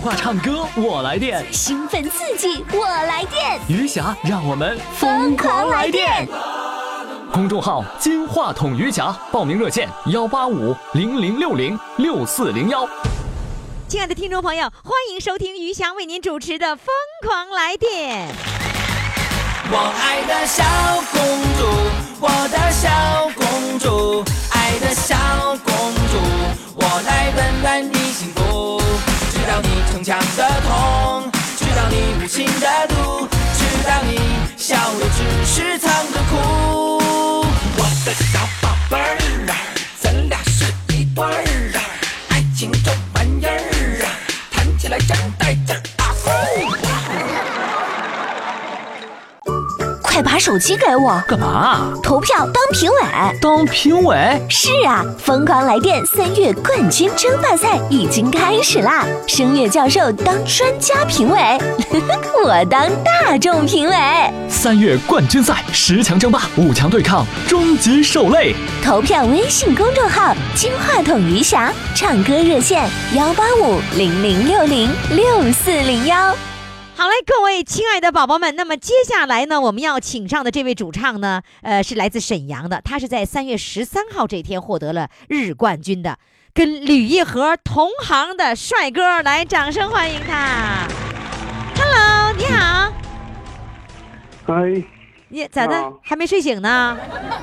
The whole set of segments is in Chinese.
话唱歌我来电， 兴奋刺激我来电， 余霞让我们疯狂来电。公众号金话筒余霞，报名热线18500606401。 亲爱的听众朋友，欢迎收听余霞为您主持的疯狂来电。 我爱的小公主，我的小公主，爱的小公主，我来温暖你幸福，知道你逞强的痛，知道你无情的毒，知道你笑的只是藏着哭。我的小宝贝儿啊，咱俩是一对儿啊，爱情这玩意儿啊，谈起来真带劲儿啊！ 快把手机给我！ 干嘛？ 投票当评委。 当评委？ 是啊，疯狂来电3月冠军争霸赛已经开始啦！声乐教授当专家评委，我当大众评委。 3月冠军赛10强争霸，5强对抗，终极受累。 投票微信公众号金话筒余霞，唱歌热线18500606401。 好嘞，各位亲爱的宝宝们，那么接下来呢，我们要请上的这位主唱呢，是来自沈阳的，他是在3月13号这天获得了日冠军的，跟吕一和同行的帅哥，来，掌声欢迎他。Hello， 你好。 嗨， 你咋的？还没睡醒呢？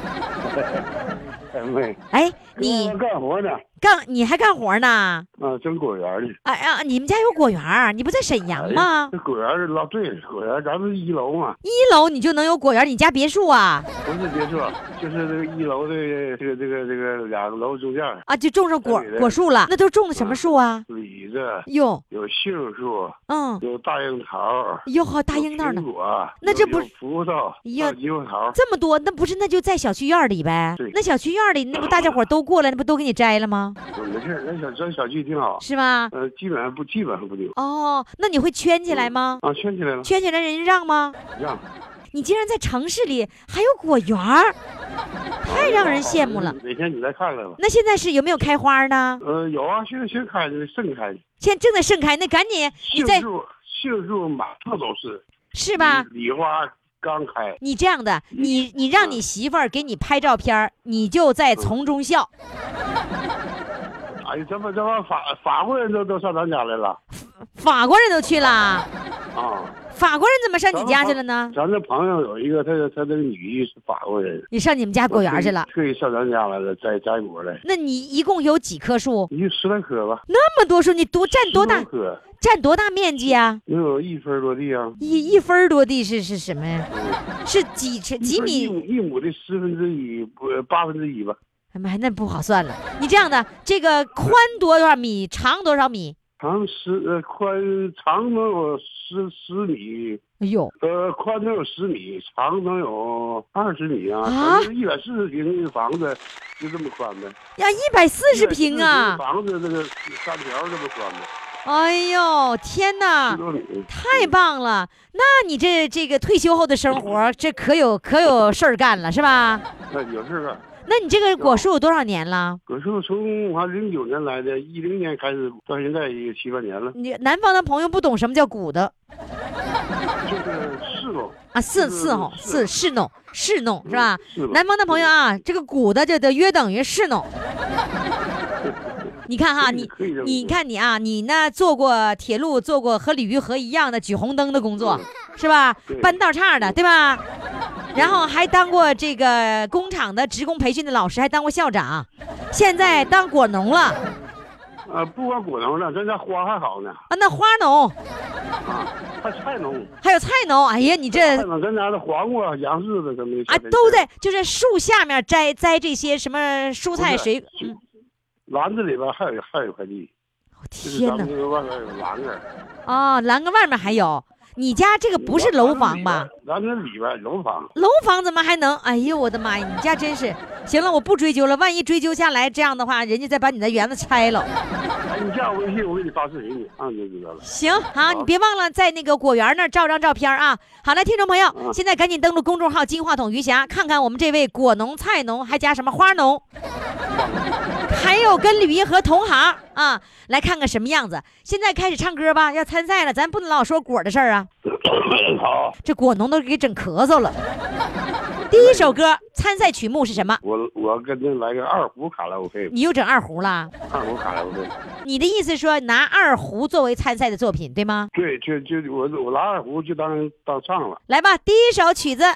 哎，你干活呢？ 你还干活呢？ 整果园的。 哎呀，你们家有果园？你不在沈阳吗？ 这果园老对，果园咱们是1楼嘛。 1楼你就能有果园？你家别墅啊？ 不是别墅，就是这个1楼的这个2楼中间啊， 就种上果树了。那都种的什么树啊？ 李子哟， 有杏树，有大樱桃， 哟好大樱桃呢。 苹果， 那这不是葡萄，有猕猴桃， 这么多，那就在小区院里呗。 对， 那小区院里那不大家伙都过来，那不都给你摘了吗？ 没事，咱小区挺好， 是吗？ 基本上不丢。 哦，那你会圈起来吗？ 圈起来了。 圈起来人家让吗？ 让。 你竟然在城市里还有果园，太让人羡慕了。 哪天你来看看吧。 那现在是有没有开花呢？ 有啊，现在开着盛开。 现在正在盛开，那赶紧你在杏树满处都是。 是吧？ 梨花刚开。 你这样的，你让你媳妇儿给你拍照片，你就在从中笑。 哎呀，这么法国人都上咱家来了。 法国人都去了啊？法国人怎么上你家去了呢？ 咱这朋友有一个，他这个女是法国人。 你上你们家果园去了？ 特意上咱家来了，摘果来。 那你一共有几棵树 ？10来棵吧。 那么多树，你占多大？占多大面积啊？ 能有1分多地啊。 1分多地是什么呀？是几米 ？1亩的1/10，不1/8吧。 哎妈，那不好算了。你这样的，这个宽多少米，长多少米？ 长能有10米。 哎呦， 宽能有10米，长能有20米啊！140平的房子就这么宽呗。 呀，140平啊！ 房子这个3条这么宽呗。 哎呦，天哪，太棒了！那你这个退休后的生活，这可有事儿干了是吧？ 有事干。 那你这个果树有多少年了？ 果树从我09年来的，10年开始到现在也7、8年了。 你南方的朋友不懂什么叫鼓的， 就是侍弄啊，侍弄是吧？南方的朋友啊，这个鼓的就得约等于侍弄。你看哈，你看你啊，你呢做过铁路，做过和李玉和一样的举红灯的工作，是吧？搬道岔的，对吧？然后还当过这个工厂的职工培训的老师，还当过校长，现在当果农了。 不光果农了，咱家花还好呢。 那花农。 还菜农。 还有菜农，哎呀，你这。 咱家的黄瓜、洋柿子什么的。 都在就在树下面摘这些什么蔬菜水果。 篮子里边还有块地。 天哪！ 外面有栏杆。 栏杆外面还有。你家这个不是楼房吧？ 咱这里边楼房。 楼房怎么还能？哎呦我的妈呀！你家真是行了，我不追究了。万一追究下来这样的话，人家再把你的园子拆了。 你加我微信，我给你发视频，就知道了。 行，好，你别忘了在那个果园那儿照张照片啊。好了，听众朋友，现在赶紧登录公众号金话筒余霞，看看我们这位果农、菜农，还加什么花农。 还有跟吕银河同行啊，来看看什么样子。现在开始唱歌吧，要参赛了，咱不能老说果的事儿啊。 好， 这果农都给整咳嗽了。第一首歌参赛曲目是什么？ 我跟他来个二胡卡拉 OK。 你又整二胡了？ 二胡卡拉 OK。 你的意思说拿二胡作为参赛的作品，对吗？ 对，就我拿二胡就当唱了。 来吧，第一首曲子。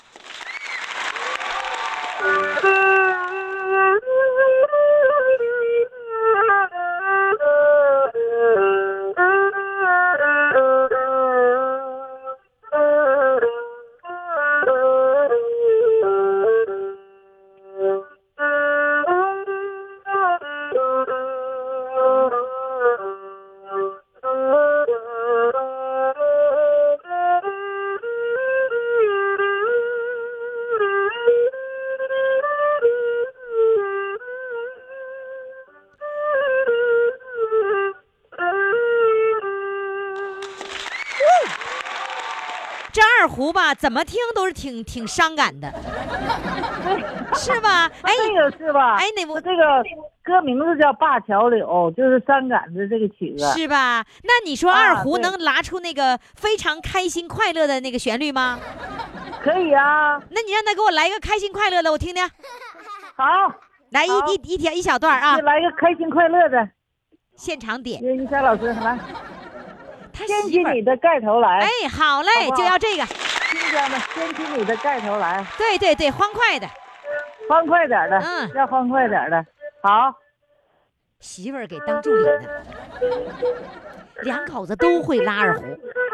二胡吧，怎么听都是挺伤感的，是吧？哎， 这个是吧？ 哎，我这个歌名字叫《灞桥柳》，就是伤感的这个曲子， 是吧？那你说二胡能拿出那个非常开心快乐的那个旋律吗？ 可以啊。 那你让他给我来一个开心快乐的，我听听。 好， 来一小段啊！ 来个开心快乐的， 现场点。 于霞老师来。 掀起你的盖头来！ 哎，好嘞，好好就要这个。 亲家们，掀起你的盖头来！ 对对对，欢快的， 欢快点的，要欢快点的。好， 媳妇儿给当助理呢，两口子都会拉二胡。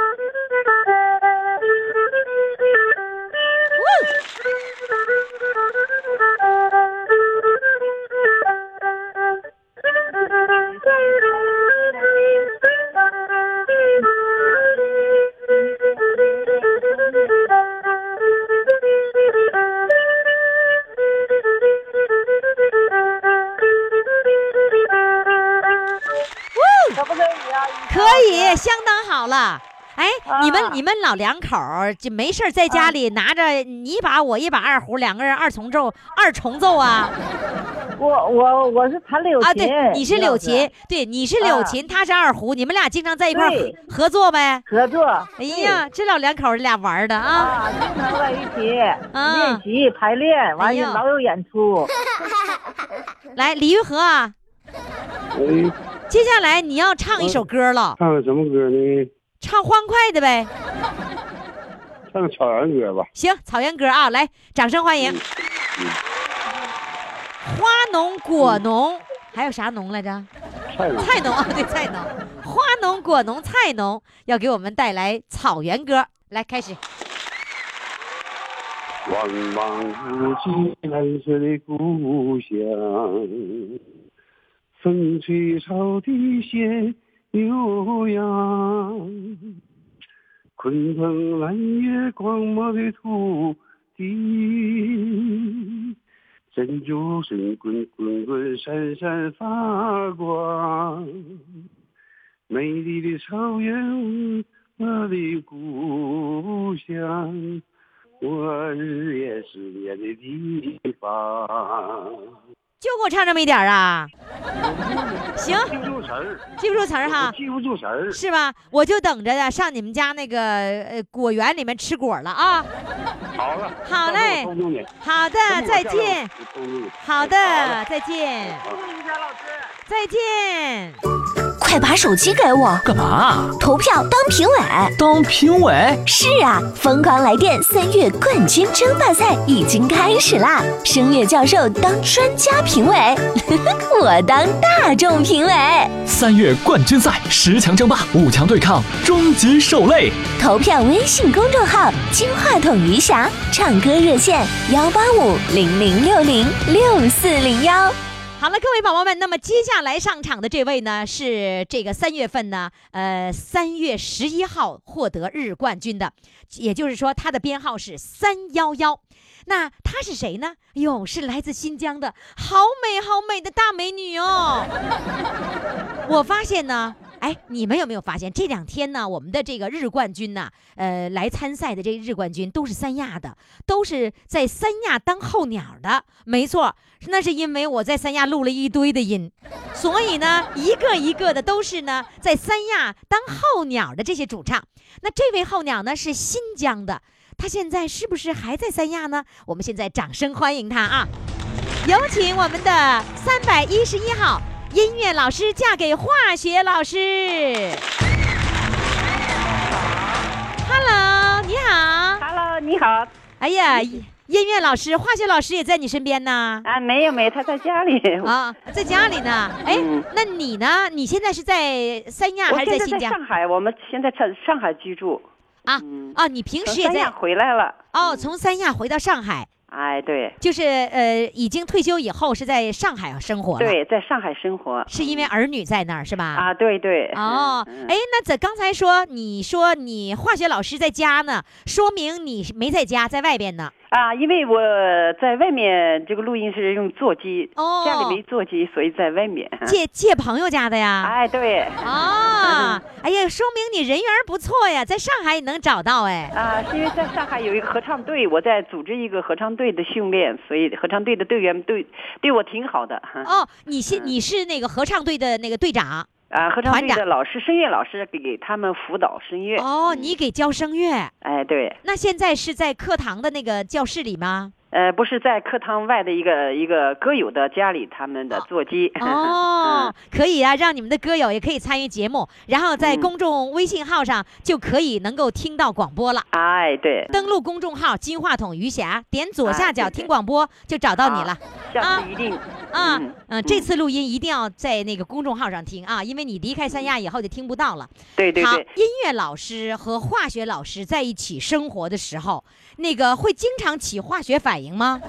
可以，相当好了。哎，你们老两口就没事在家里拿着你一把我一把二胡，两个人二重奏啊。 我是弹柳琴啊， 对，你是柳琴，对，你是柳琴，他是二胡，你们俩经常在一块合作呗？ 合作。 哎呀，这老两口俩玩的啊， 经常在一起练习排练，完了老有演出。 来，李玉和啊。接下来你要唱一首歌了， 唱什么歌呢？ 唱欢快的呗， 唱草原歌吧。 行，草原歌啊，来，掌声欢迎。花农、果农，还有啥农来着？菜农啊，对，菜农。花农、果农、菜农要给我们带来草原歌，来开始。 望望无际蓝色的故乡，风吹草低见牛羊，昆仑蓝月光芒的土地，珍珠神滚滚滚闪闪发光，美丽的草原，我的故乡，我日夜思念的地方。 就给我唱这么一点啊？行， 记不住词儿， 记不住词儿哈， 记不住词儿是吧？我就等着上你们家那个果园里面吃果了啊！ 好了， 好嘞，好的，再见。好的，再见。再见。 快把手机给我！ 干嘛？ 投票当评委。 当评委？ 是啊，疯狂来电3月冠军争霸赛已经开始啦！声乐教授当专家评委，我当大众评委。 3月冠军赛10强争霸，5强对抗，终极受累。 投票微信公众号“金话筒余霞”，唱歌热线18500606401。 好了，各位宝宝们，那么接下来上场的这位呢，是这个3月份呢，3月11号获得日冠军的，也就是说他的编号是311。那他是谁呢？哟，是来自新疆的好美好美的大美女哦。我发现呢， 哎，你们有没有发现这2天呢？我们的这个日冠军呢，来参赛的这个日冠军都是三亚的，都是在三亚当候鸟的。没错，那是因为我在三亚录了一堆的音，所以呢，一个一个的都是呢在三亚当候鸟的这些主唱。那这位候鸟呢是新疆的，他现在是不是还在三亚呢？我们现在掌声欢迎他啊！有请我们的311号。音乐老师嫁给化学老师。Hello， 你好。 Hello， 你好。 哎呀，音乐老师、化学老师也在你身边呢。 啊，没有，他在家里。 啊，在家里呢。哎，那你呢？你现在是在三亚还是在新疆？ 在上海，我们现在在上海居住。 啊，你平时也在从三亚回来了。 哦，从三亚回到上海。 哎，对， 就是已经退休以后是在上海生活了。 对，在上海生活， 是因为儿女在那儿是吧？ 啊，对对。 哦，哎，那刚才你说你化学老师在家呢，说明你没在家，在外边呢。 啊，因为我在外面这个录音是用座机，家里没座机，所以在外面借朋友家的呀。 哎，对。 啊，哎呀，说明你人缘不错呀，在上海也能找到哎。 啊，是因为在上海有一个合唱队，我在组织一个合唱队的训练，所以合唱队的队员对我挺好的。 哦，你是那个合唱队的那个队长。 啊，合唱队的老师，声乐老师给他们辅导声乐。 哦，你给教声乐？ 哎，对。 那现在是在课堂的那个教室里吗？ 不是，在课堂外的一个歌友的家里，他们的座机。 哦，可以啊，让你们的歌友也可以参与节目，然后在公众微信号上就可以能够听到广播了。 哎，对。 登录公众号金话筒余霞，点左下角听广播就找到你了。 下次一定。 这次录音一定要在那个公众号上听啊，因为你离开三亚以后就听不到了。 对对对。 好，音乐老师和化学老师在一起生活的时候，那个会经常起化学反应吗？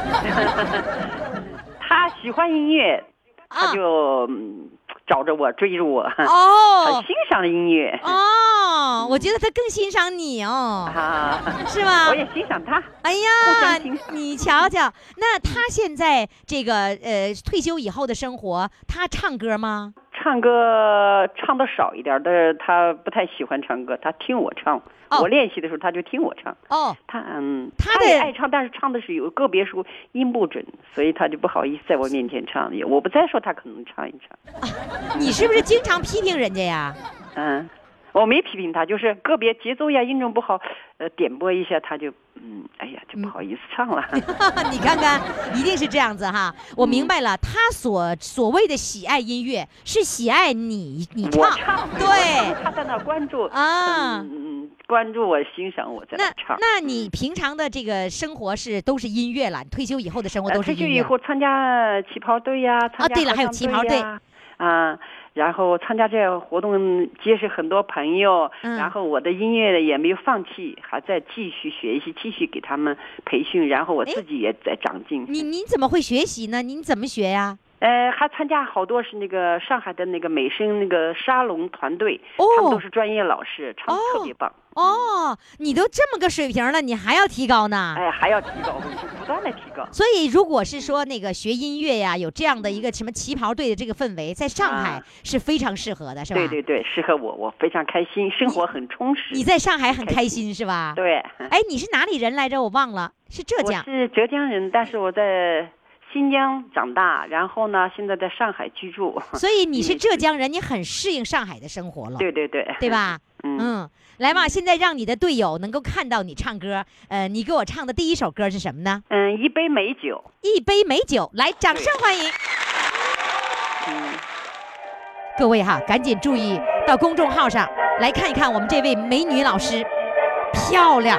他喜欢音乐，他就找着我，追着我。 哦， 很欣赏音乐。 哦，我觉得他更欣赏你哦。是吗？ 我也欣赏他。 哎呀，你瞧瞧，那他现在这个退休以后的生活，他唱歌吗？ 唱歌唱的少一点，但是他不太喜欢唱歌，他听我唱。我练习的时候他就听我唱。 哦， 他也爱唱，但是唱的是有个别时候音不准，所以他就不好意思在我面前唱。我不再说，他可能唱一唱。 你是不是经常批评人家呀？ 我没批评他，就是个别节奏呀、音准不好，点播一下他就哎呀，就不好意思唱了。 你看看，一定是这样子哈。我明白了，他所谓的喜爱音乐是喜爱你唱。 我唱， 对， 他在那关注啊，关注我、欣赏我在那唱。 那你平常的这个生活都是音乐了？你退休以后的生活都是音乐？ 退休以后参加旗袍队呀，参加对了，还有旗袍队啊。然后参加这个活动，结识很多朋友。然后我的音乐也没有放弃，还在继续学习，继续给他们培训。然后我自己也在长进。 你怎么会学习呢？你怎么学呀？ 还参加好多是那个上海的那个美声那个沙龙团队，他们都是专业老师，唱得特别棒。 哦，你都这么个水平了，你还要提高呢？ 哎，还要提高，不断的提高。 所以，如果是说那个学音乐呀，有这样的一个什么旗袍队的这个氛围，在上海是非常适合的，是吧？ 对对对，适合我，我非常开心，生活很充实。 你在上海很开心是吧？ 对。 哎，你是哪里人来着？我忘了，是浙江。 我是浙江人，但是我在新疆长大，然后呢，现在在上海居住。 所以你是浙江人，你很适应上海的生活了。 对对对， 对吧？来吧，现在让你的队友能够看到你唱歌。你给我唱的第一首歌是什么呢？ 一杯美酒。 一杯美酒，来，掌声欢迎。各位哈，赶紧注意到公众号上来看一看我们这位美女老师，漂亮。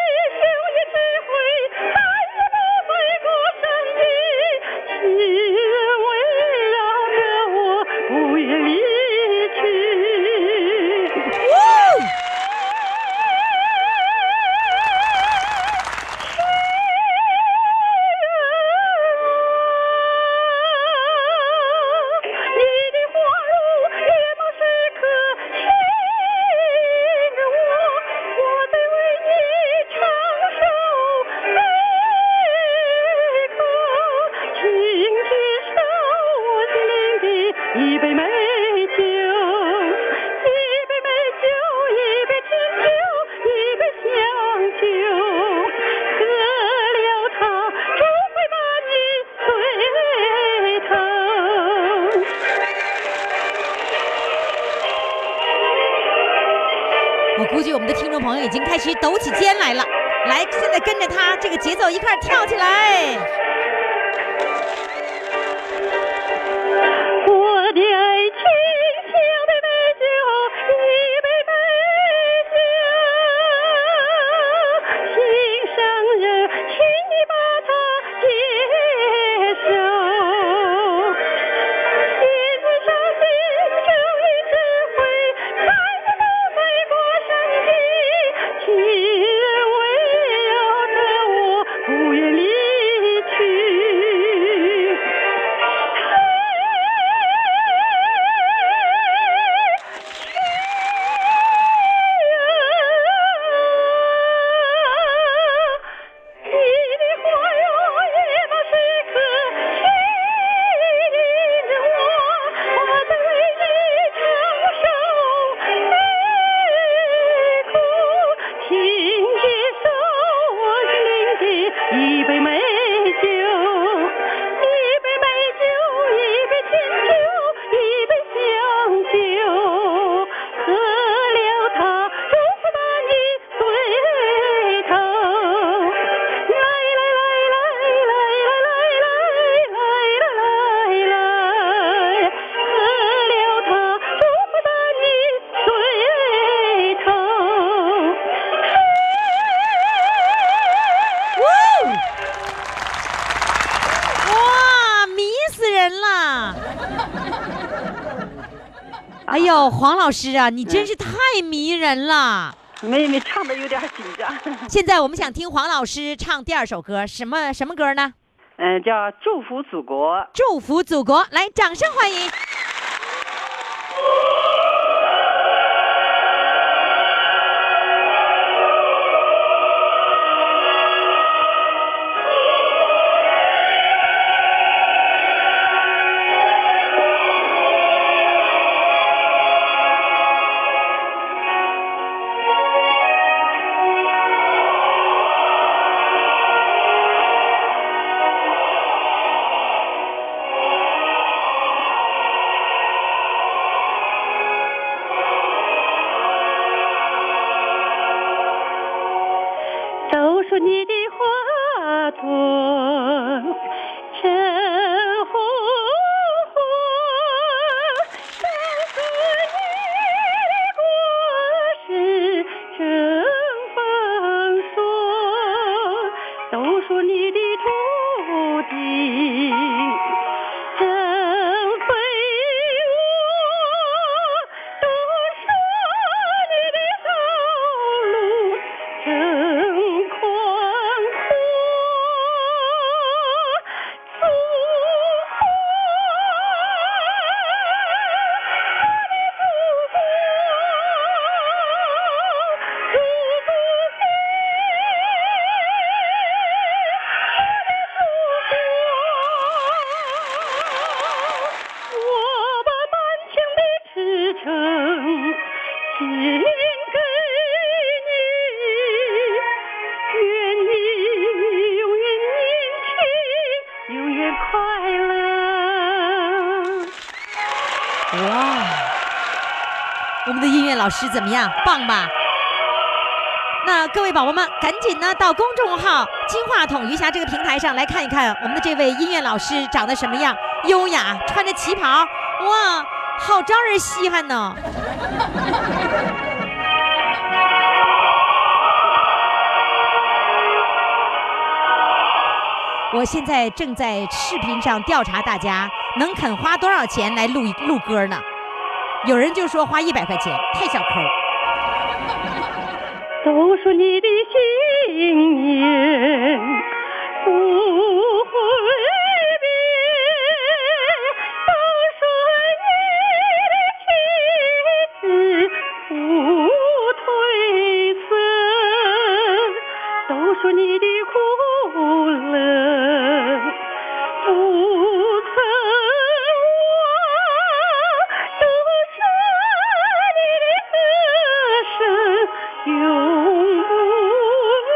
情的听众朋友已经开始抖起肩来了。来，现在跟着他这个节奏一块跳起来。 我的爱情像杯美酒，一杯美酒，心上人，请你把它接受。心最伤心，就一直会看着它飞过山际，情人围绕着我，不愿离去。一杯美酒，一杯美酒，一杯清酒，一杯香酒，喝了它，祝福把你醉透。来来来来来来来来来来，喝了它，祝福把你醉透。 哇，迷死人了！哎呦，黄老师啊，你真是太迷人了。 没唱的有点紧张。 现在我们想听黄老师唱第二首歌，什么歌呢？ 叫祝福祖国。 祝福祖国，来，掌声欢迎。 都说你的花朵真红火，都说你的果实真丰硕，都说你的土地真肥沃，都说你的道路真宽阔，祖国，我把满腔的赤诚献给你，愿你永远年轻，永远快乐。 哇，我们的音乐老师怎么样？棒吧？那各位宝宝们，赶紧呢到公众号“金话筒余霞”这个平台上来看一看我们的这位音乐老师长得什么样，优雅，穿着旗袍，哇，好招人稀罕呢。我现在正在视频上调查大家能肯花多少钱来录歌呢？有人就说花100块钱，太小抠。 都说你的信念不会变，都说你的旗帜不褪色，都说你的苦乐不曾忘，都说你的歌声永不落。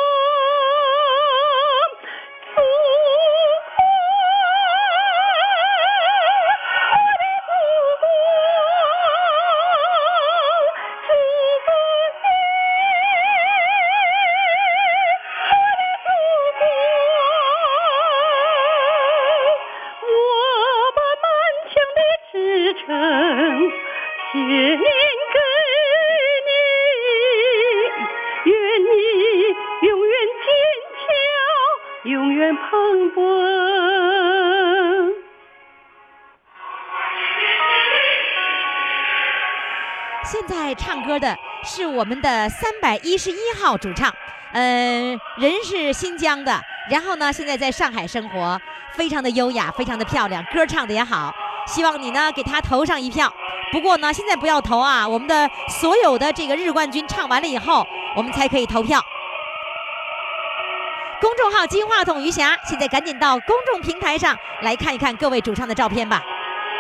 祖国，我的祖国，祖国源蓬勃。 现在唱歌的是我们的311号主唱，人是新疆的，然后呢，现在在上海生活，非常的优雅，非常的漂亮，歌唱的也好。希望你呢给他投上一票。不过呢，现在不要投啊，我们的所有的这个日冠军唱完了以后，我们才可以投票。公众号金话筒余霞，现在赶紧到公众平台上来看一看各位主唱的照片吧。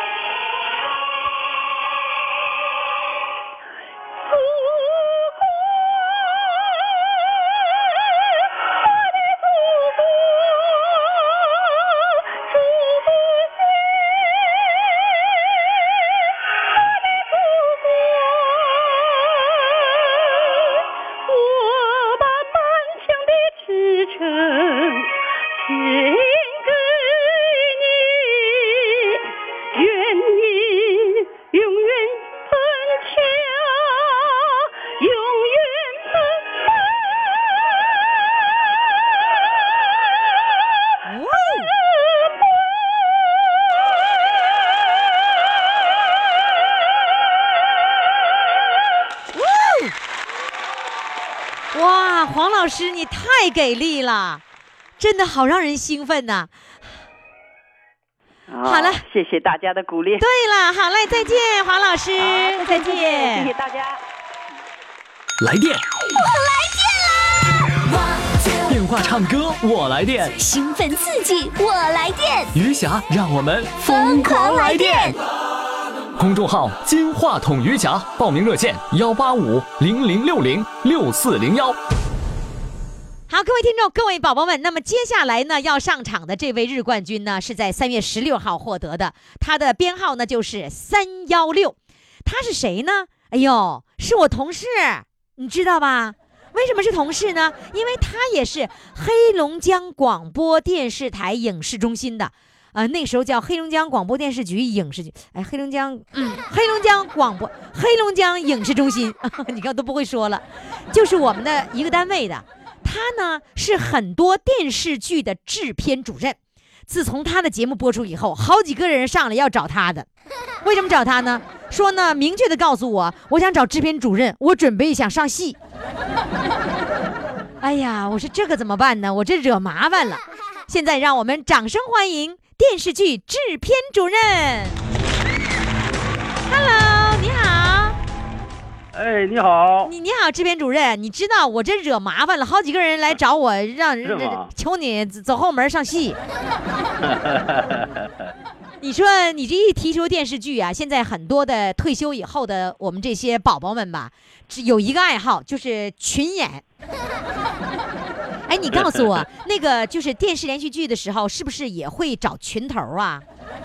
哇，黄老师你太给力了，真的好让人兴奋呐！好了， 谢谢大家的鼓励。 对了，好嘞，再见，黄老师，再见， 谢谢大家。 来电，我来电啦！电话唱歌，我来电； 兴奋刺激，我来电。 余霞，让我们疯狂来电！公众号“金话筒余霞”，报名热线185-0060-6401。 好，各位听众，各位宝宝们，那么接下来呢，要上场的这位日冠军呢，是在3月16号获得的，他的编号呢就是316。他是谁呢？哎呦，是我同事，你知道吧？为什么是同事呢？因为他也是黑龙江广播电视台影视中心的。那时候叫黑龙江广播电视局影视局，黑龙江影视中心，你看都不会说了，就是我们的一个单位的。他呢是很多电视剧的制片主任。自从他的节目播出以后，好几个人上来要找他的。为什么找他呢？说呢，明确的告诉我，我想找制片主任，我准备想上戏。哎呀，我说这个怎么办呢？我这惹麻烦了。现在让我们掌声欢迎电视剧制片主任。Hello， 你好。 哎，你好。 你好，制片主任，你知道我这惹麻烦了，好几个人来找我，求你走后门上戏。你说你这一提出电视剧啊，现在很多的退休以后的我们这些宝宝们吧，有一个爱好就是群演。哎，你告诉我，那个就是电视连续剧的时候，是不是也会找群头啊？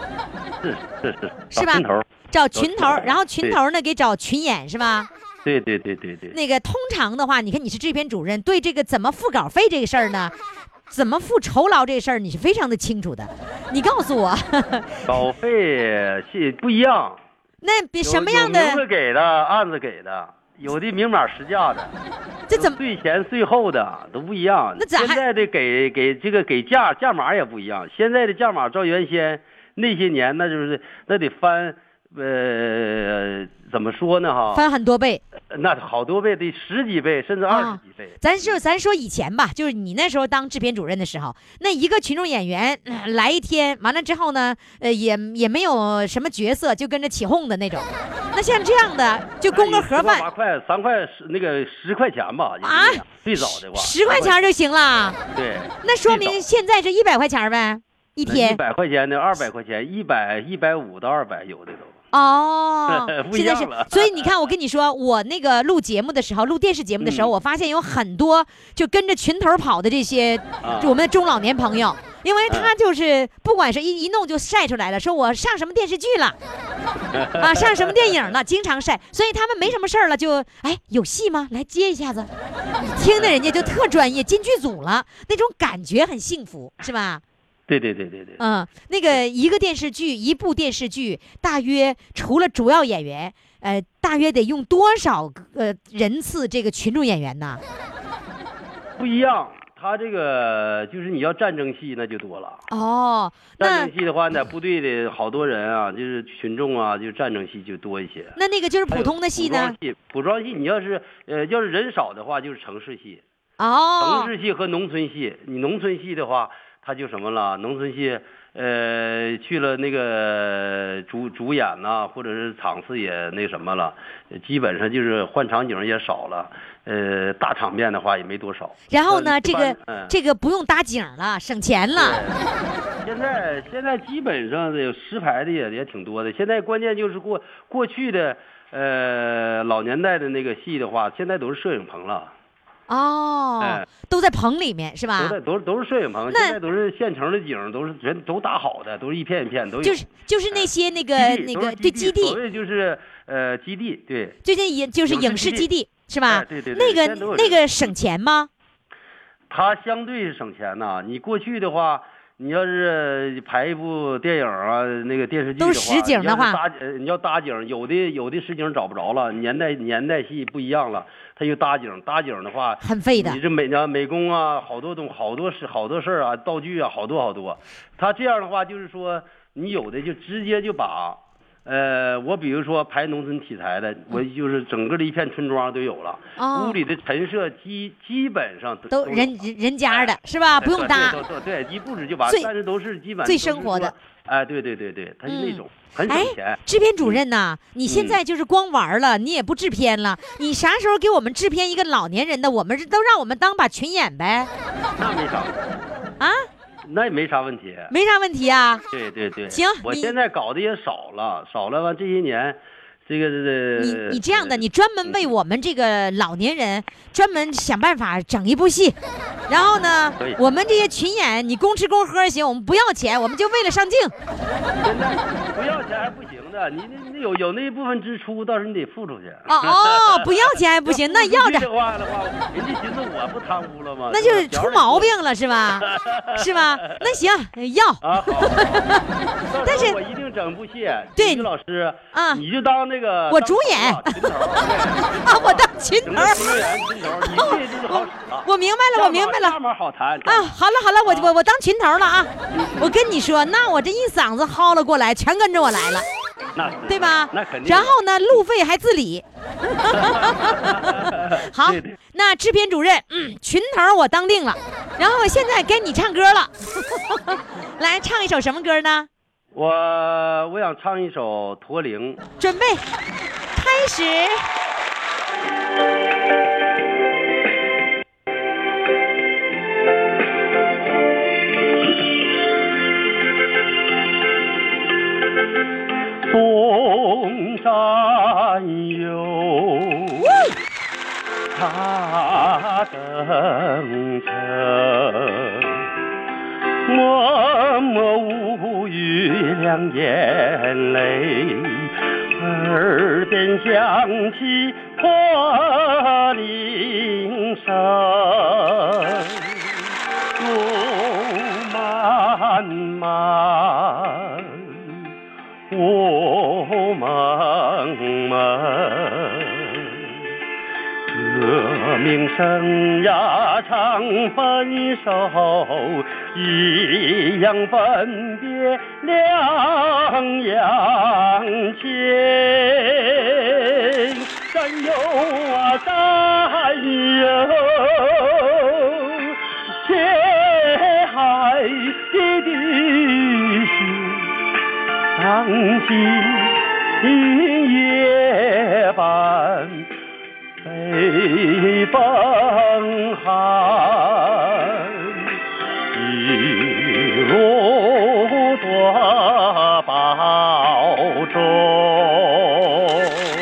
是吧？找群头，然后群头呢给找群演是吧？ 对。 那个通常的话，你看你是制片主任，对这个怎么付稿费这个事儿呢，怎么付酬劳这个事儿，你是非常的清楚的。你告诉我， 稿费是不一样。 那比什么样的？ 有名字给的，案子给的。有的明码实价的， 这怎么税前税后的都不一样？ 那咋现在的给这个给价码也不一样。现在的价码照原先那些年，那就是那得翻怎么说呢哈？ 翻很多倍， 那好多倍，得10几倍甚至20几倍。 咱说以前吧，就是你那时候当制片主任的时候，那一个群众演员来一天，完了之后呢，也没有什么角色，就跟着起哄的那种。那像这样的就供个盒饭，3 块那个10块钱吧啊，最早的话 10块钱就行了。 对， 那说明现在是100块钱呗，一天。 100块钱的200块钱，150到200有的都。 哦， 不一样了。 所以你看，我跟你说，我那个录节目的时候，录电视节目的时候，我发现有很多就跟着群头跑的这些，我们的中老年朋友，因为他就是不管是一弄就晒出来了，说我上什么电视剧了，啊，上什么电影了，经常晒，所以他们没什么事儿了，就有戏吗？来接一下子，听的人家就特专业，进剧组了，那种感觉很幸福，是吧？ 对。 那个一部电视剧，大约除了主要演员，大约得用多少个人次这个群众演员呢？ 不一样。 他这个就是你要战争戏那就多了。 哦， 战争戏的话呢，部队的好多人啊，就是群众啊，就战争戏就多一些。 那个就是普通的戏呢？ 古装戏，你要是人少的话，就是城市戏。 哦。 城市戏和农村戏，你农村戏的话，它就什么了？农村戏。去了那个主演呐，或者是场次也那什么了，基本上就是换场景也少了，大场面的话也没多少。 然后呢，这个不用搭景了，省钱了。 现在基本上有实拍的也挺多的。现在关键就是过去的老年代的那个戏的话，现在都是摄影棚了。 哦，都在棚里面是吧？ 都是摄影棚，现在都是现成的景，都搭好的，都是一片一片都有。 就是那些那个对基地， 所谓就是基地，对。 最近就是影视基地是吧？ 对。 那个省钱吗？ 它相对省钱呐。你过去的话，你要是拍一部电影啊，那个电视剧的话， 都实景的话， 你要搭景，有的实景找不着了，年代戏不一样了。他又搭景的话很费的， 你这美工啊，好多事儿啊，道具啊，好多。他这样的话就是说，你有的就直接就把，我比如说拍农村题材的，我就是整个的一片村庄都有了，屋里的陈设基本上都人家的是吧？不用搭， 对，一布置就完，但是都是基本最生活的。 哎，对，他就那种。很省钱。 制片主任呐，你现在就是光玩了，你也不制片了，你啥时候给我们制片一个老年人的？我们都让我们当把群演呗。 那没啥啊， 那也没啥问题， 没啥问题啊。 对。 行， 我现在搞的也少了完这些年。这个你这样的，你专门为我们这个老年人专门想办法整一部戏，然后呢，我们这些群演你公吃公喝行，我们不要钱，我们就为了上镜。 现在不要钱还不行的，你有那一部分支出，到时候你得付出去。 哦，不要钱还不行，那要着。 的话，人家寻思我不贪污了吗？ 那就是出毛病了是吧？是吧？那行要啊，好。 但是我一定整部戏。 对， 于老师啊， 你就当那个我主演群头啊，我当群头。我明白了。 价码好谈啊！好了，我当群头了啊！我跟你说，那我这一嗓子薅了过来，全跟着我来了，对吧？ 那肯定。 然后呢，路费还自理。好，那制片主任，群头我当定了。然后现在该你唱歌了，来唱一首什么歌呢？ 我想唱一首《驼铃》。 准备，开始。 东山有他登城，默默无语两眼泪，耳边响起驼铃声，路漫漫雾蒙蒙，革命生涯常分手，一样分别两样情。山有啊山有，铁海的弟兄，伤心夜半北风寒，一路多保重。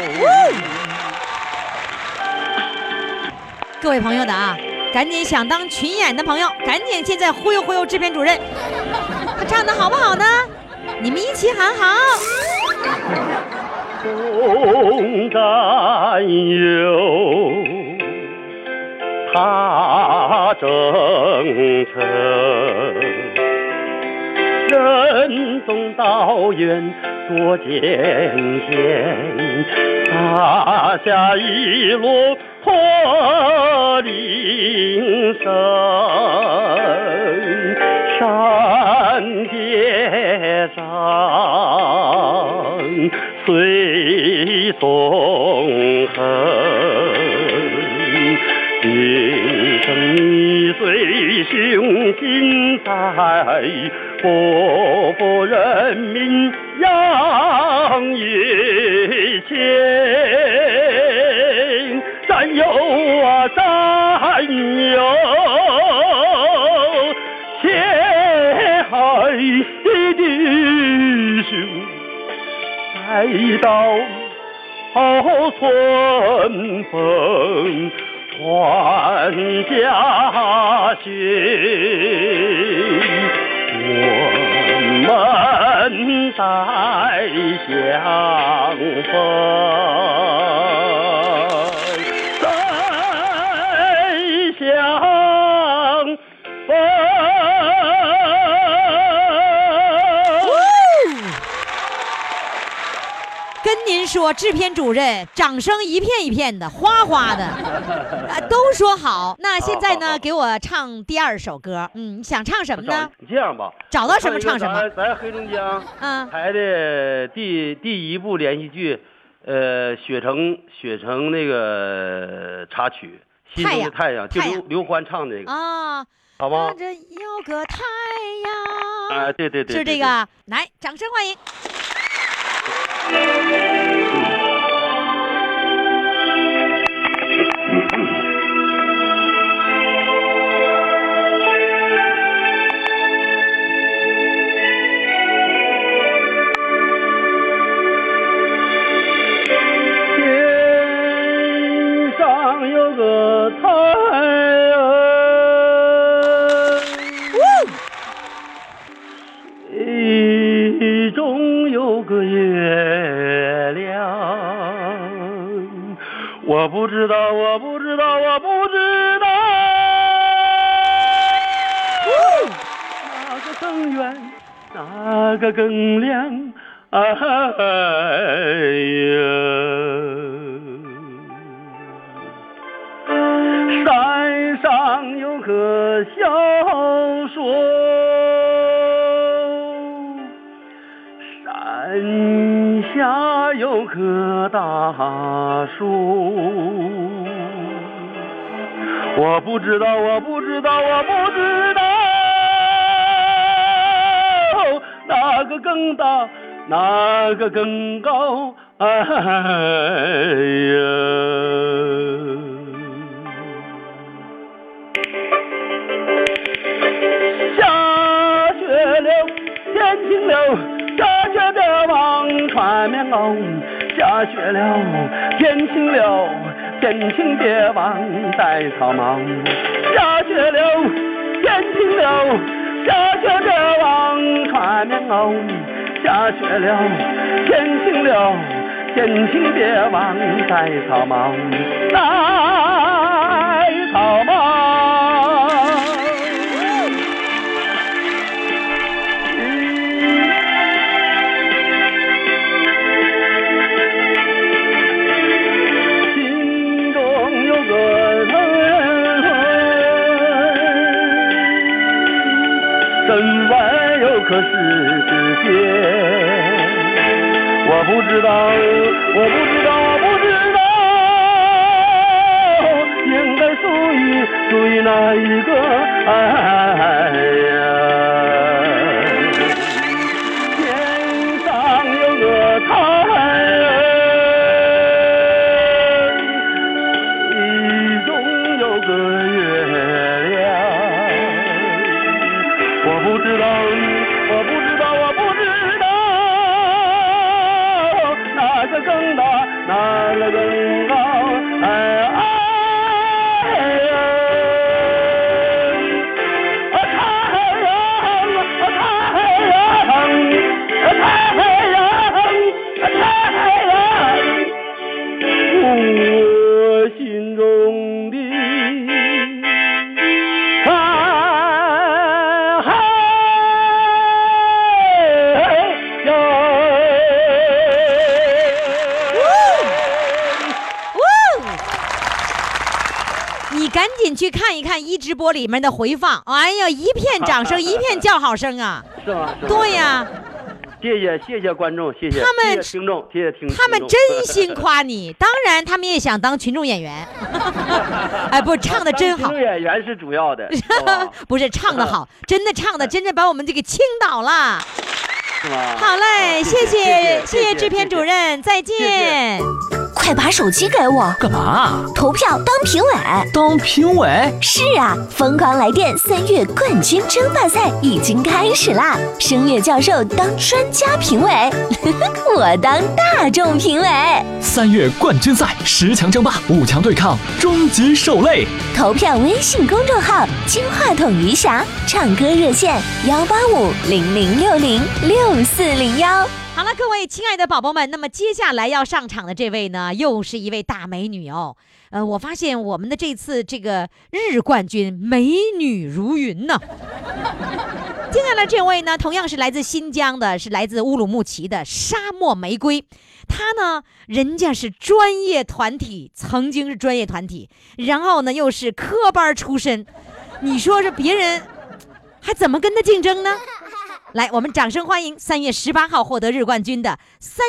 各位朋友的啊，赶紧想当群演的朋友，赶紧现在忽悠忽悠制片主任，他唱的好不好呢？你们一起喊好。 东山有他征程，任重道远多艰险，撒下一摞驼我铃声，山街上随纵横，铃声一岁雄心在，国富人民扬于前。战友啊战友，血海的弟兄，来到春风传家训，我们再相逢。 跟您说，制片主任，掌声一片一片的，哗哗的，都说好。那现在呢，给我唱第二首歌。你想唱什么呢？ 你这样吧， 找到什么唱什么。 咱黑龙江拍的第一部连续剧，雪城那个插曲《心中的太阳》，就刘欢唱这个啊， 好吗？ 这有个太阳啊，对， 是这个，来，掌声欢迎。 天上有个太阳，水中有个月亮，我不知道，哪个更远，哪个更亮？哎呀，山上有棵小树，山下有棵大树，我不知道，哪个更大，哪个更高？哎呀！下雪了，天晴了，下雪的望穿棉袄。下雪了，天晴了，天晴别忘戴草帽。下雪了，天晴了，下雪的望穿棉袄。下雪了，天晴了，天晴别忘戴草帽，戴草帽。心中有个人，身外有颗世界。我不知道，应该属于哪一个？哎呀，天上有个太阳，水中有个月亮。我不知道。哪个更大，哪个更高？哎呀，太赶紧去看一看一直播里面的回放。哎呀，一片掌声，一片叫好声啊！ 是吗？ 对呀。 谢谢观众，谢谢他们谢谢听众，谢谢听众。 他们真心夸你，当然他们也想当群众演员。哎，不，唱的真好。 群众演员是主要的， 不是唱的好，真的唱的，真的把我们这个倾倒了。 是吗？ 好嘞，谢谢制片主任，再见。 快把手机给我！ 干嘛？ 投票当评委。 当评委？ 是啊，疯狂来电3月冠军争霸赛已经开始啦！声乐教授当专家评委，我当大众评委。 3月冠军赛10强争霸，5强对抗，终极受累。 投票微信公众号“金话筒余霞”，唱歌热线18500606401。 好了，各位亲爱的宝宝们，那么接下来要上场的这位呢，又是一位大美女哦。我发现我们的这次这个日冠军美女如云呢。接下来这位呢，同样是来自新疆的，是来自乌鲁木齐的沙漠玫瑰。她呢，人家是专业团体，曾经是专业团体，然后呢又是科班出身。你说这别人还怎么跟她竞争呢？来，我们掌声欢迎3月18号获得日冠军的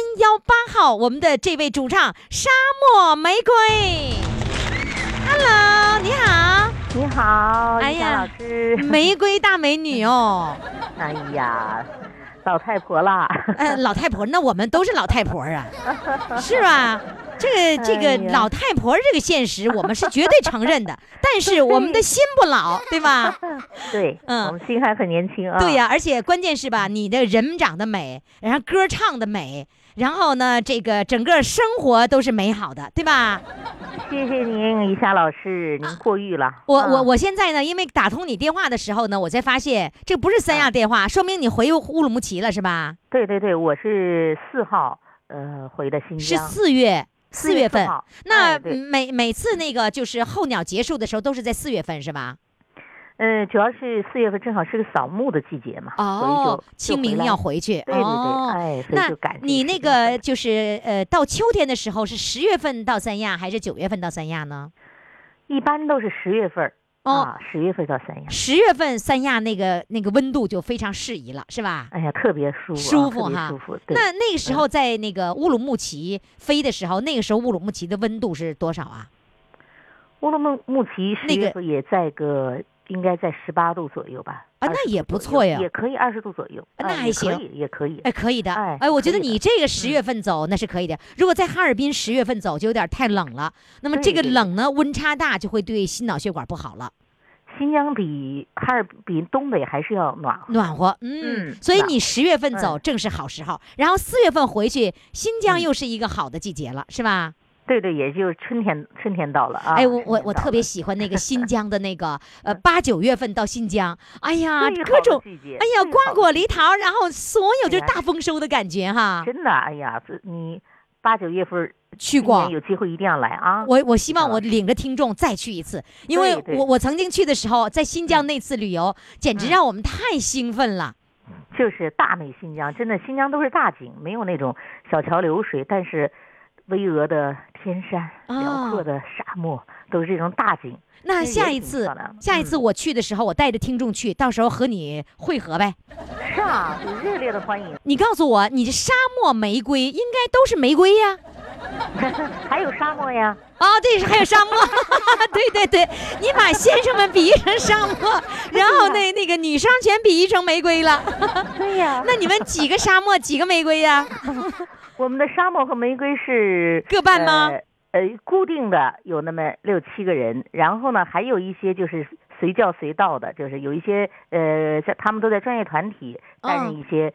318号，我们的这位主唱沙漠玫瑰。Hello， 你好。 你好， 哎呀， 老师， 玫瑰大美女哦。 哎呀，老太婆啦。 老太婆，那我们都是老太婆啊，是吧？这个老太婆这个现实，我们是绝对承认的，但是我们的心不老，对吧？ 对，我们心还很年轻啊。 对呀，而且关键是吧，你的人长得美，然后歌唱的美，然后呢，这个整个生活都是美好的，对吧？ 谢谢您，一霞老师，您过誉了。 我现在呢，因为打通你电话的时候呢，我才发现这不是三亚电话，说明你回乌鲁木齐了，是吧？ 对对对，我是4号，回的新疆。 是4月份。那每次那个就是候鸟结束的时候，都是在4月份，是吧？ 主要是4月份正好是个扫墓的季节嘛， 哦，清明要回去， 对对对，哎，所以就赶。 你那个就是到秋天的时候是10月份到三亚，还是9月份到三亚呢？ 一般都是10月份。10月份到三亚 ，10月份三亚那个温度就非常适宜了，是吧？ 哎呀，特别舒服哈， 舒服。 那个时候在那个乌鲁木齐飞的时候，那个时候乌鲁木齐的温度是多少啊？ 乌鲁木齐10月份也在应该在18度左右吧？ 啊，那也不错呀， 也可以20度左右， 那还行， 也可以， 哎，可以的，哎，我觉得你这个10月份走那是可以的。如果在哈尔滨10月份走就有点太冷了，那么这个冷呢，温差大就会对心脑血管不好了。 新疆比东北还是要暖和， 所以你10月份走正是好时候，然后4月份回去，新疆又是一个好的季节了，是吧？ 对对，也就是春天到了啊！ 哎，我特别喜欢那个新疆的那个8、9月份到新疆，哎呀，各种哎呀瓜果梨桃，然后所有就是大丰收的感觉哈！ 真的，哎呀，你8、9月份去过， 有机会一定要来啊！ 我希望我领着听众再去一次，因为我曾经去的时候，在新疆那次旅游，简直让我们太兴奋了。 就是大美新疆，真的新疆都是大景，没有那种小桥流水，但是巍峨的天山、辽阔的沙漠，都是这种大景。 那下一次我去的时候，我带着听众去，到时候和你会合呗。 是啊，就热烈的欢迎。 你告诉我，你这沙漠玫瑰应该都是玫瑰呀？ 还有沙漠呀？ 哦，对，还有沙漠。对对对，你把先生们比喻成沙漠，然后那个女生全比喻成玫瑰了。 对呀。 那你们几个沙漠，几个玫瑰呀？ 我们的沙漠和玫瑰是各半吗？ 固定的有那么6、7个人，然后呢，还有一些就是随叫随到的，就是有一些他们都在专业团体担任一些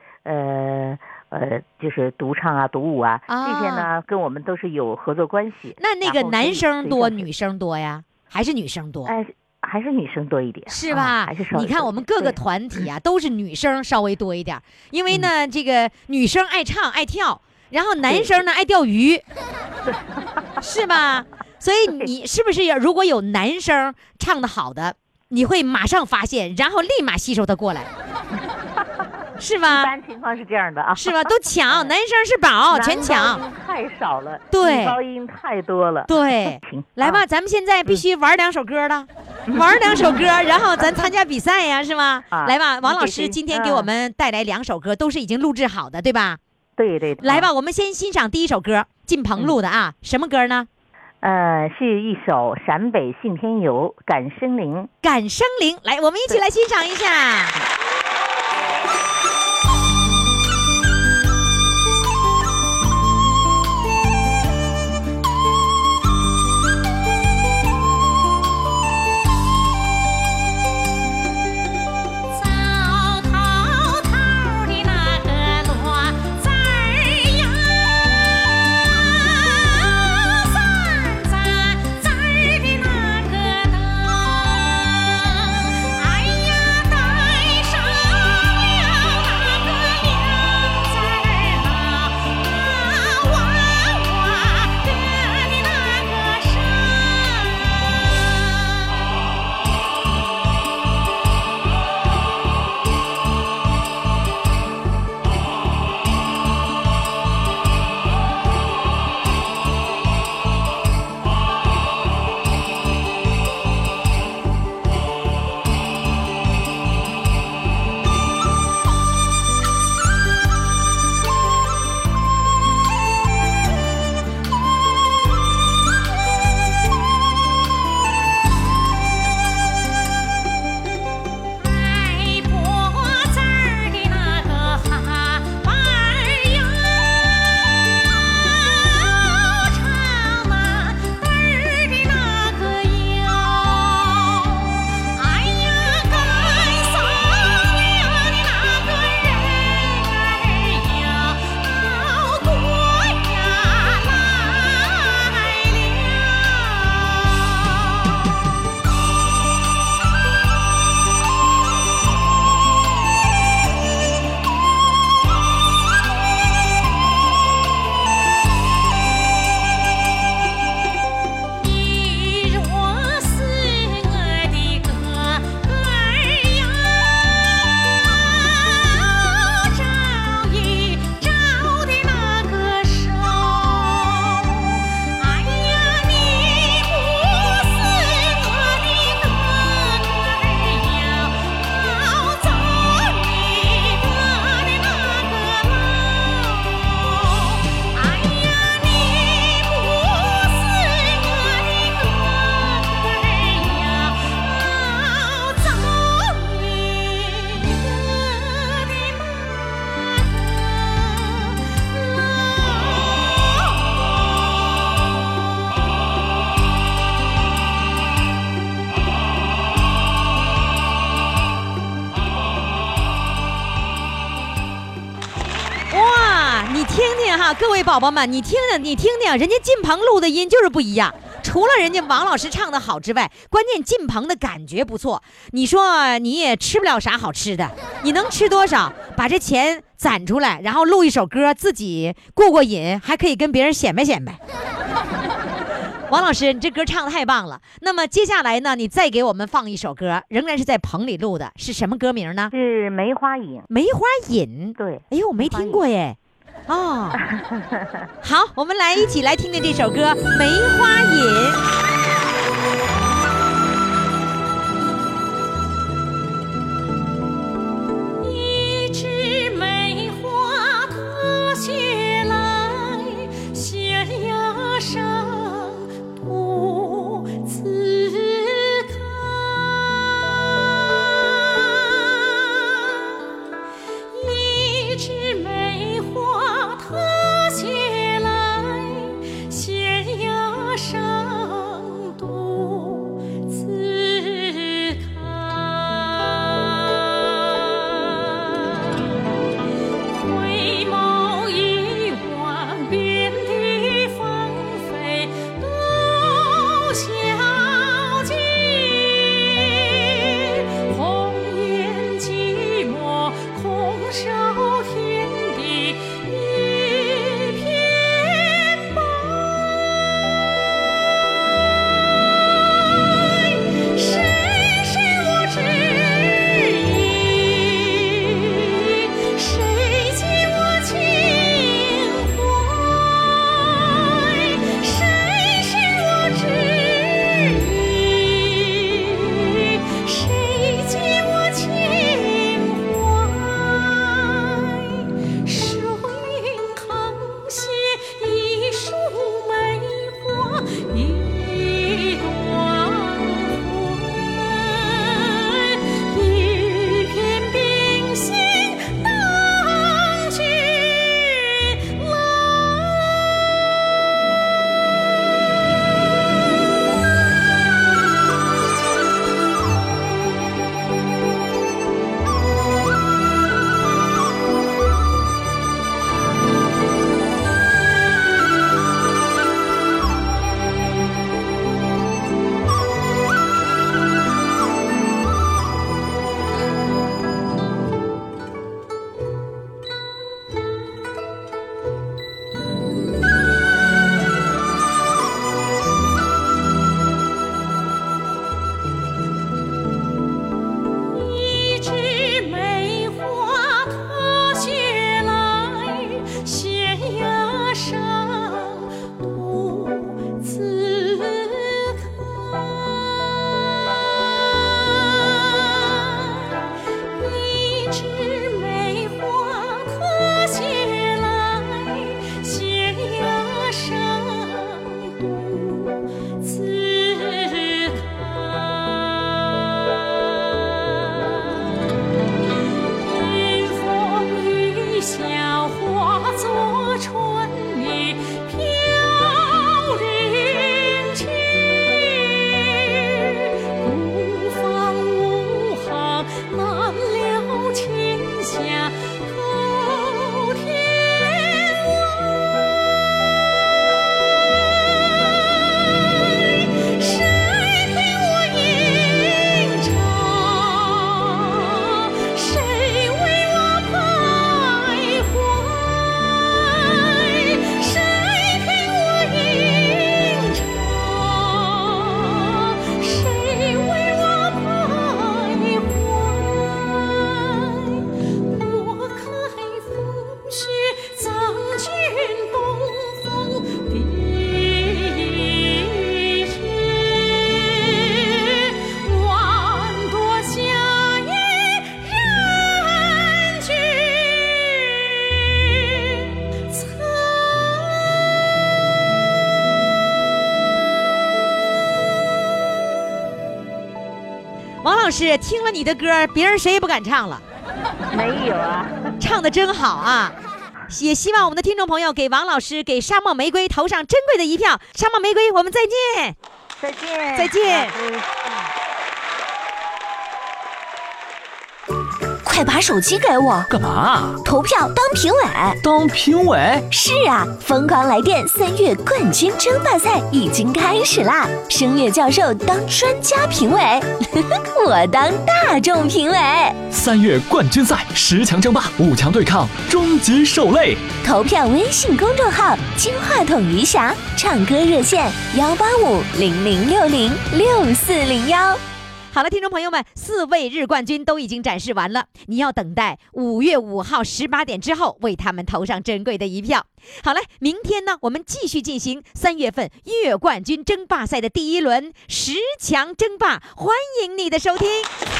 就是独唱啊、独舞啊，这些呢跟我们都是有合作关系。 那个男生多，女生多呀？还是女生多？ 还是女生多一点， 是吧？ 还是稍微。 你看我们各个团体啊，都是女生稍微多一点，因为呢，这个女生爱唱爱跳。然后男生呢爱钓鱼，是吧？所以你是不是如果有男生唱得好的，你会马上发现，然后立马吸收他过来， 是吧？ 一般情况是这样的啊， 是吧？都抢，男生是宝，全抢。 太少了， 对， 女高音太多了。 对，来吧，咱们现在必须玩2首歌了，玩2首歌，然后咱参加比赛呀，是吗？来吧，王老师今天给我们带来2首歌，都是已经录制好的，对吧？ 对对。 来吧，我们先欣赏第一首歌，靳鹏录的啊，什么歌呢？ 是一首《陕北信天游》，感生灵。 感生灵，来，我们一起来欣赏一下。各位宝宝们，你听听，人家靳鹏录的音就是不一样。除了人家王老师唱的好之外，关键靳鹏的感觉不错。你说你也吃不了啥好吃的，你能吃多少？把这钱攒出来，然后录一首歌，自己过瘾，还可以跟别人显摆显摆。王老师，你这歌唱的太棒了。那么接下来呢，你再给我们放一首歌，仍然是在棚里录的，是什么歌名呢？ 是《梅花引》。 梅花引，对。哎呦，我没听过耶。哦，好，我们一起来听听这首歌《梅花引》。 一枝梅花特写来，悬崖上独自开。一枝梅花特写来，悬崖上老师听了你的歌，别人谁也不敢唱了。 没有啊， 唱的真好啊！也希望我们的听众朋友给王老师、给沙漠玫瑰投上珍贵的一票。沙漠玫瑰，我们再见， 再见， 再见。 快把手机给我！ 干嘛？ 投票当评委。 当评委？ 是啊，疯狂来电3月冠军争霸赛已经开始啦！声乐教授当专家评委，我当大众评委。 3月冠军赛10强争霸，5强对抗，终极受累。 投票微信公众号“金话筒余霞”，唱歌热线18500606401。 好了，听众朋友们，4位日冠军都已经展示完了，你要等待5月5号18点之后为他们投上珍贵的一票。好了，明天呢，我们继续进行3月份月冠军争霸赛的第1轮10强争霸，欢迎你的收听。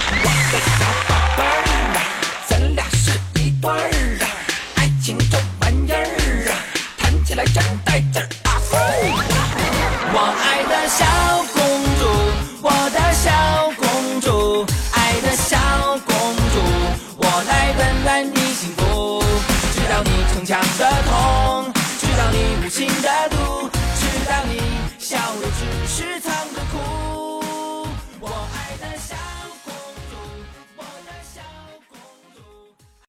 咱俩是一对儿啊，爱情这玩意儿啊，谈起来真带劲儿啊！我爱的小公主，我的小公主，爱的小公主，我来温暖你幸福，知道你逞强的痛，知道你无情的毒，知道你笑的只是藏着哭。